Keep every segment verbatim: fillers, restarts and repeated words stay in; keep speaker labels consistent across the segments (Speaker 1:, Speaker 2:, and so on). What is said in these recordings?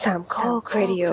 Speaker 1: สามข้อครดิโอ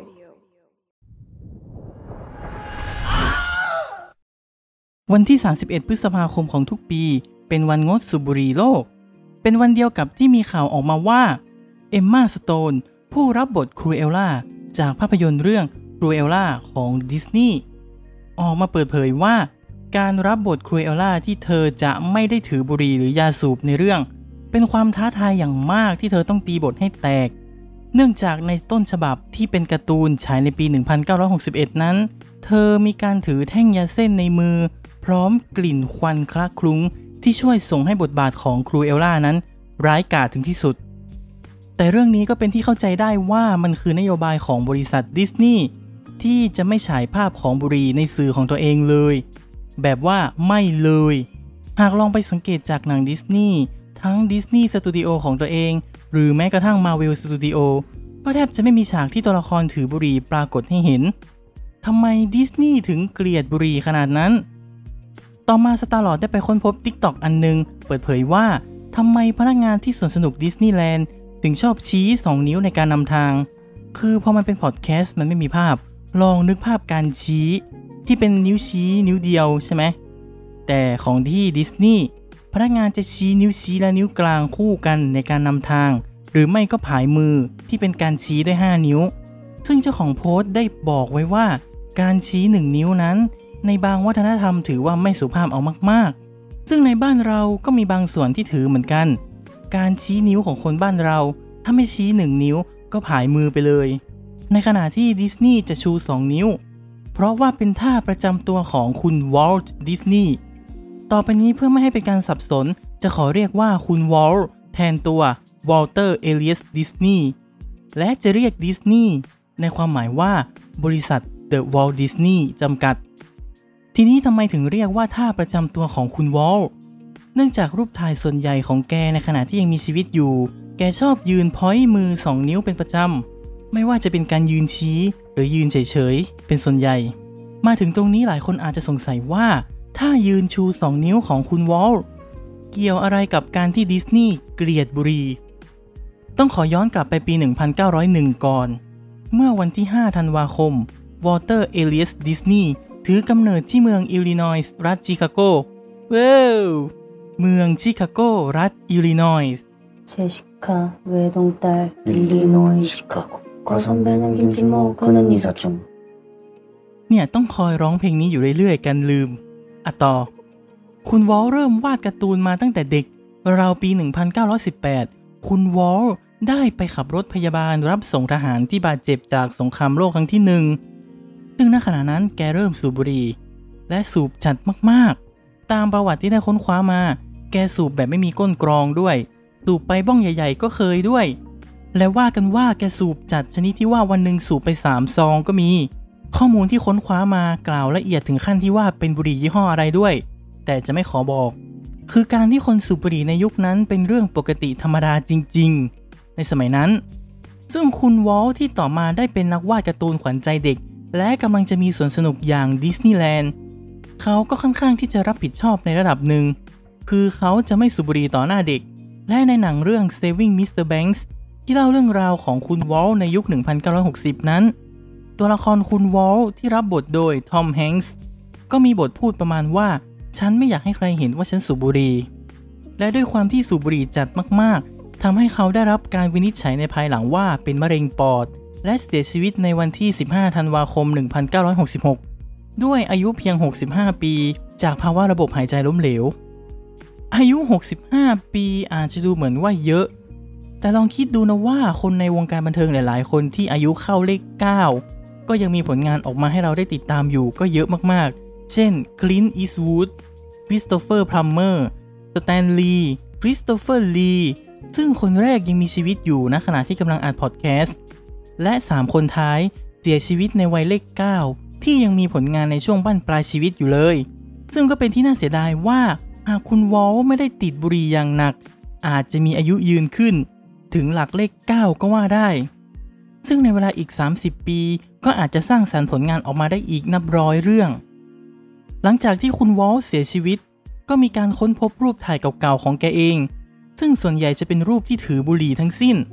Speaker 2: วันที่สามสิบเอ็ดพฤษภาคมของทุกปีเป็นวันงดสูบบุหรี่โลกเป็นวันเดียวกับที่มีข่าวออกมาว่าเอมม่าสโตนผู้รับบทครูเอลล่าจากภาพยนตร์เรื่องครูเอลล่าของดิสนีย์ออกมาเปิดเผยว่าการรับบทครูเอลล่าที่เธอจะไม่ได้ถือบุหรี่หรือยาสูบในเรื่องเป็นความท้าทายอย่างมากที่เธอต้องตีบทให้แตกเนื่องจากในต้นฉบับที่เป็นการ์ตูนฉายในปีหนึ่งพันเก้าร้อยหกสิบเอ็ดนั้นเธอมีการถือแท่งยาเส้นในมือพร้อมกลิ่นควันคละคลุ้งที่ช่วยส่งให้บทบาทของครูเอลล่านั้นร้ายกาจถึงที่สุดแต่เรื่องนี้ก็เป็นที่เข้าใจได้ว่ามันคือนโยบายของบริษัทดิสนีย์ที่จะไม่ฉายภาพของบุหรี่ในสื่อของตัวเองเลยแบบว่าไม่เลยหากลองไปสังเกตจากหนังดิสนีย์ทั้งดิสนีย์สตูดิโอของตัวเองหรือแม้กระทั่ง Marvel Studio ก็แทบจะไม่มีฉากที่ตัวละครถือบุหรี่ปรากฏให้เห็นทำไมดิสนีย์ถึงเกลียดบุหรี่ขนาดนั้นต่อมาสตาร์ลอร์ดได้ไปค้นพบ TikTok อันนึงเปิดเผยว่าทำไมพนักงานที่สวนสนุกดิสนีย์แลนด์ถึงชอบชี้สองนิ้วในการนำทางคือพอมันเป็นพอดแคสต์มันไม่มีภาพลองนึกภาพการชี้ที่เป็นนิ้วชี้นิ้วเดียวใช่ไหมแต่ของที่ดิสนีย์พนักงานจะชี้นิ้วชี้และนิ้วกลางคู่กันในการนำทางหรือไม่ก็ผายมือที่เป็นการชี้ด้วยห้านิ้วซึ่งเจ้าของโพสต์ได้บอกไว้ว่าการชี้หนึ่งนิ้วนั้นในบางวัฒนธรรมถือว่าไม่สุภาพเอามากๆซึ่งในบ้านเราก็มีบางส่วนที่ถือเหมือนกันการชี้นิ้วของคนบ้านเราถ้าไม่ชี้หนึ่งนิ้วก็ผายมือไปเลยในขณะที่ดิสนีย์จะชูสองนิ้วเพราะว่าเป็นท่าประจำตัวของคุณวอลต์ดิสนีย์ต่อไปนี้เพื่อไม่ให้เป็นการสับสนจะขอเรียกว่าคุณวอลต์แทนตัววอลเตอร์เอเลียสดิสนีย์และจะเรียกดิสนีย์ในความหมายว่าบริษัท The Walt Disney จำกัดทีนี้ทำไมถึงเรียกว่าท่าประจำตัวของคุณวอลต์เนื่องจากรูปถ่ายส่วนใหญ่ของแกในขณะที่ยังมีชีวิตอยู่แกชอบยืนพอยต์มือสองนิ้วเป็นประจำไม่ว่าจะเป็นการยืนชี้หรือยืนเฉยๆเป็นส่วนใหญ่มาถึงตรงนี้หลายคนอาจจะสงสัยว่าถ้ายืนชูสองนิ้วของคุณวอลต์เกี่ยวอะไรกับการที่ดิสนีย์เกลียดบุหรี่ต้องขอย้อนกลับไปปีหนึ่งพันเก้าร้อยเอ็ดก่อนเมื่อวันที่ห้าธันวาคมวอลเตอร์เอเลียสดิสนีย์ถือกำเนิดที่เมืองอิลลินอยส์รัฐชิคาโกเว้าวเมืองชิคาโกรัฐอิลลินอยส์
Speaker 3: 제시카 외동딸 일리노이 시카고 과선배는 김치모 그는 이사촌
Speaker 2: เนี่ยต้องคอยร้องเพลงนี้อยู่เรื่อยๆกันลืมอะต่อคุณวอลเริ่มวาดการ์ตูนมาตั้งแต่เด็กราวปีหนึ่งพันเก้าร้อยสิบแปดคุณวอลได้ไปขับรถพยาบาลรับส่งทหารที่บาดเจ็บจากสงครามโลกครั้งที่หนึ่งซึ่งณขณะนั้นแกเริ่มสูบบุหรี่และสูบจัดมากๆตามประวัติที่ได้ค้นคว้ามาแกสูบแบบไม่มีก้นกรองด้วยสูบไปบ้องใหญ่ๆก็เคยด้วยและว่ากันว่าแกสูบจัดชนิดที่ว่าวันหนึ่งสูบไปสามซองก็มีข้อมูลที่ค้นคว้ามากล่าวละเอียดถึงขั้นที่ว่าเป็นบุหรี่ยี่ห้ออะไรด้วยแต่จะไม่ขอบอกคือการที่คนสูบบุหรี่ในยุคนั้นเป็นเรื่องปกติธรรมดาจริงๆในสมัยนั้นซึ่งคุณวอลที่ต่อมาได้เป็นนักวาดการ์ตูนขวัญใจเด็กและกำลังจะมีสวนสนุกอย่างดิสนีย์แลนด์เขาก็ค่อนข้างที่จะรับผิดชอบในระดับหนึ่งคือเขาจะไม่สูบบุหรี่ต่อหน้าเด็กและในหนังเรื่อง Saving มิสเตอร์ Banks ที่เล่าเรื่องราวของคุณวอลในยุคหนึ่งพันเก้าร้อยหกสิบนั้นตัวละครคุณวอลที่รับบทโดยทอมแฮงส์ก็มีบทพูดประมาณว่าฉันไม่อยากให้ใครเห็นว่าฉันสูบบุหรี่และด้วยความที่สูบบุหรี่จัดมากๆทำให้เขาได้รับการวินิจฉัยในภายหลังว่าเป็นมะเร็งปอดและเสียชีวิตในวันที่สิบห้าธันวาคมหนึ่งพันเก้าร้อยหกสิบหกด้วยอายุเพียงหกสิบห้าปีจากภาวะระบบหายใจล้มเหลวอายุหกสิบห้าปีอาจจะดูเหมือนว่าเยอะแต่ลองคิดดูนะว่าคนในวงการบันเทิงหลายๆคนที่อายุเข้าเลขเก้าก็ยังมีผลงานออกมาให้เราได้ติดตามอยู่ก็เยอะมากๆเช่นคลินต์ อีสต์วูดคริสโตเฟอร์ พลัมเมอร์สแตนลีย์คริสโตเฟอร์ ลีซึ่งคนแรกยังมีชีวิตอยู่ณขณะที่กำลังอัดพอดแคสต์และสามคนท้ายเสียชีวิตในวัยเลขเก้าที่ยังมีผลงานในช่วงบั้นปลายชีวิตอยู่เลยซึ่งก็เป็นที่น่าเสียดายว่าหากคุณวอลไม่ได้ติดบุหรี่อย่างหนักอาจจะมีอายุยืนขึ้นถึงหลักเลขเก้าก็ว่าได้ซึ่งในเวลาอีกสามสิบปีก็อาจจะสร้างสรรค์ผลงานออกมาได้อีกนับร้อยเรื่องหลังจากที่คุณวอลเสียชีวิตก็มีการค้นพบรูปถ่ายเก่าๆของแกเองซึ่งส่วนใหญ่จะเป็นรูปที่ถือบุหรี่ทั้งสิ้น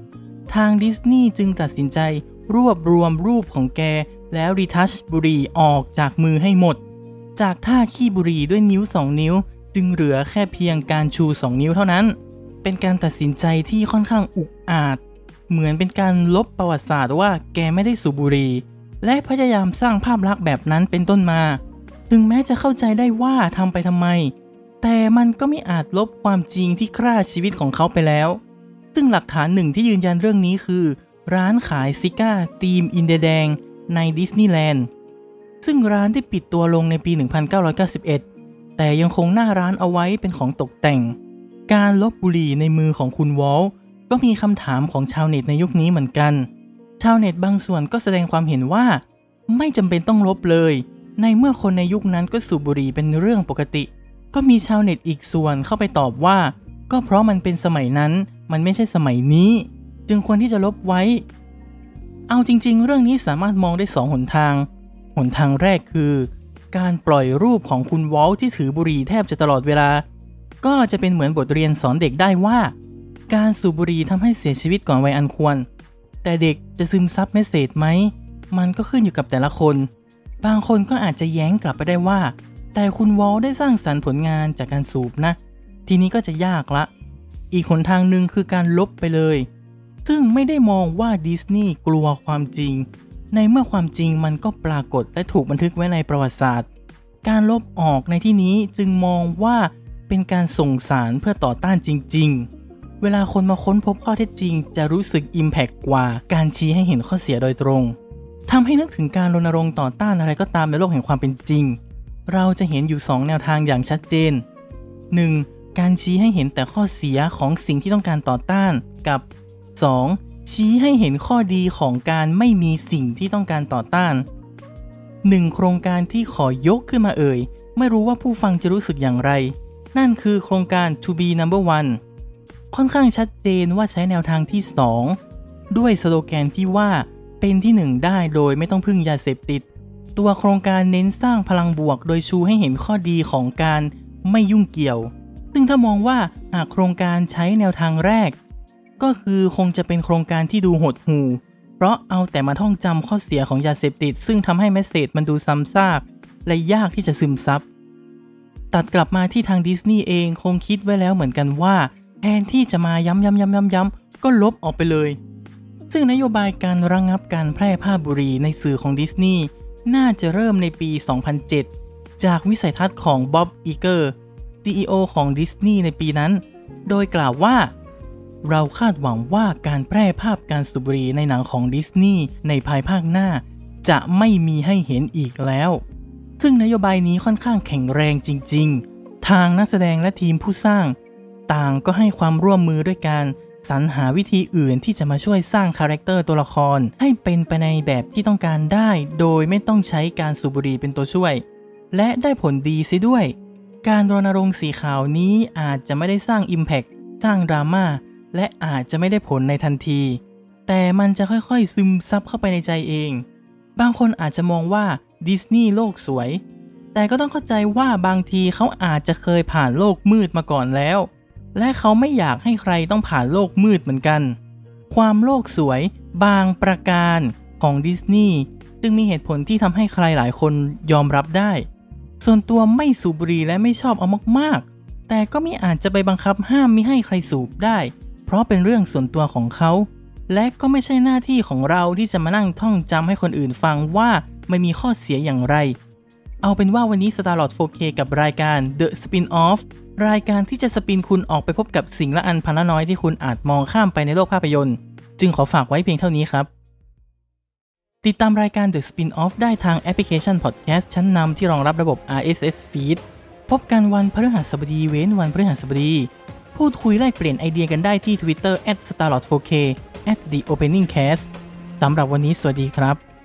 Speaker 2: ทางดิสนีย์จึงตัดสินใจรวบรวมรูปของแกแล้วรีทัชบุหรี่ออกจากมือให้หมดจากท่าขี้บุหรี่ด้วยนิ้วสองนิ้วจึงเหลือแค่เพียงการชูสองนิ้วเท่านั้นเป็นการตัดสินใจที่ค่อนข้างอุกอาจเหมือนเป็นการลบประวัติศาสตร์ว่าแกไม่ได้สูบบุหรี่และพยายามสร้างภาพลักษณ์แบบนั้นเป็นต้นมาถึงแม้จะเข้าใจได้ว่าทำไปทำไมแต่มันก็ไม่อาจลบความจริงที่ฆ่าชีวิตของเขาไปแล้วซึ่งหลักฐานหนึ่งที่ยืนยันเรื่องนี้คือร้านขายซิก้าธีมอินเดียแดงในดิสนีย์แลนด์ซึ่งร้านได้ปิดตัวลงในปี หนึ่งพันเก้าร้อยเก้าสิบเอ็ด แต่ยังคงหน้าร้านเอาไว้เป็นของตกแต่งการลบบุหรี่ในมือของคุณวอลต์ก็มีคำถามของชาวเน็ตในยุคนี้เหมือนกันชาวเน็ตบางส่วนก็แสดงความเห็นว่าไม่จำเป็นต้องลบเลยในเมื่อคนในยุคนั้นก็สูบบุหรี่เป็นเรื่องปกติก็มีชาวเน็ตอีกส่วนเข้าไปตอบว่าก็เพราะมันเป็นสมัยนั้นมันไม่ใช่สมัยนี้จึงควรที่จะลบไว้เอาจริงๆเรื่องนี้สามารถมองได้สองหนทางหนทางแรกคือการปล่อยรูปของคุณวอลต์ที่ถือบุหรี่แทบจะตลอดเวลาก็จะเป็นเหมือนบทเรียนสอนเด็กได้ว่าการสูบบุหรี่ทำให้เสียชีวิตก่อนวัยอันควรแต่เด็กจะซึมซับเมสเสจไหมมันก็ขึ้นอยู่กับแต่ละคนบางคนก็อาจจะแย้งกลับไปได้ว่าแต่คุณวอลต์ได้สร้างสรรค์ผลงานจากการสูบนะทีนี้ก็จะยากละอีกหนทางหนึ่งคือการลบไปเลยซึ่งไม่ได้มองว่าดิสนีย์กลัวความจริงในเมื่อความจริงมันก็ปรากฏและถูกบันทึกไว้ในประวัติศาสตร์การลบออกในที่นี้จึงมองว่าเป็นการส่งสารเพื่อต่อต้านจริงๆเวลาคนมาค้นพบข้อเท็จจริงจะรู้สึก Impact กว่าการชี้ให้เห็นข้อเสียโดยตรงทำให้นึกถึงการรณรงค์ต่อต้านอะไรก็ตามในโลกแห่งความเป็นจริงเราจะเห็นอยู่สองแนวทางอย่างชัดเจน หนึ่ง. การชี้ให้เห็นแต่ข้อเสียของสิ่งที่ต้องการต่อต้านกับ สอง. ชี้ให้เห็นข้อดีของการไม่มีสิ่งที่ต้องการต่อต้านหนึ่งโครงการที่ขอยกขึ้นมาเอ่ยไม่รู้ว่าผู้ฟังจะรู้สึกอย่างไรนั่นคือโครงการ To Be Number One ค่อนข้างชัดเจนว่าใช้แนวทางที่สองด้วยสโลแกนที่ว่าเป็นที่หนึ่งได้โดยไม่ต้องพึ่งยาเสพติดตัวโครงการเน้นสร้างพลังบวกโดยชูให้เห็นข้อดีของการไม่ยุ่งเกี่ยวซึ่งถ้ามองว่าหากโครงการใช้แนวทางแรกก็คือคงจะเป็นโครงการที่ดูหดหู่เพราะเอาแต่มาท่องจำข้อเสียของยาเสพติดซึ่งทำให้เมสเสจมันดูซ้ำซากและยากที่จะซึมซับตัดกลับมาที่ทางดิสนีย์เองคงคิดไว้แล้วเหมือนกันว่าแทนที่จะมาย้ำย้ำย้ำย้ำย้ำก็ลบออกไปเลยซึ่งนโยบายการระงับการแพร่ภาพบุหรี่ในสื่อของดิสนีย์น่าจะเริ่มในปี สองพันเจ็ด จากวิสัยทัศน์ของบ๊อบอีเกอร์ ซี อี โอ ของดิสนีย์ในปีนั้นโดยกล่าวว่าเราคาดหวังว่าการแพร่ภาพการสูบบุหรี่ในหนังของดิสนีย์ในภายภาคหน้าจะไม่มีให้เห็นอีกแล้วซึ่งนโยบายนี้ค่อนข้างแข็งแรงจริงๆทางนักแสดงและทีมผู้สร้างต่างก็ให้ความร่วมมือด้วยการสรรหาวิธีอื่นที่จะมาช่วยสร้างคาแรคเตอร์ตัวละครให้เป็นไปในแบบที่ต้องการได้โดยไม่ต้องใช้การสูบบุหรี่เป็นตัวช่วยและได้ผลดีเสียด้วยการรณรงค์สีขาวนี้อาจจะไม่ได้สร้าง Impact สร้างดราม่าและอาจจะไม่ได้ผลในทันทีแต่มันจะค่อยๆซึมซับเข้าไปในใจเองบางคนอาจจะมองว่าดิสนีย์โลกสวยแต่ก็ต้องเข้าใจว่าบางทีเขาอาจจะเคยผ่านโลกมืดมาก่อนแล้วและเขาไม่อยากให้ใครต้องผ่านโลกมืดเหมือนกันความโลกสวยบางประการของดิสนีย์จึงมีเหตุผลที่ทำให้ใครหลายคนยอมรับได้ส่วนตัวไม่สูบบุหรี่และไม่ชอบเอามากๆแต่ก็ไม่อาจจะไปบังคับห้ามมิให้ใครสูบได้เพราะเป็นเรื่องส่วนตัวของเขาและก็ไม่ใช่หน้าที่ของเราที่จะมานั่งท่องจำให้คนอื่นฟังว่าไม่มีข้อเสียอย่างไรเอาเป็นว่าวันนี้ Starlord โฟร์เค กับรายการ The Spin-off รายการที่จะสปินคุณออกไปพบกับสิ่งละอันพันละน้อยที่คุณอาจมองข้ามไปในโลกภาพยนตร์จึงขอฝากไว้เพียงเท่านี้ครับติดตามรายการ The Spin-off ได้ทางแอปพลิเคชัน Podcast ชั้นนำที่รองรับระบบ อาร์ เอส เอส Feed พบกันวันพฤหัสบดีเว้นวันพฤหัสบดีพูดคุยแลกเปลี่ยนไอเดียกันได้ที่ Twitter แอท สตาร์ลอร์ด โฟร์เค แอท เดอะ โอเพนนิ่งแคสต์ สำหรับวันนี้สวัสดีครับ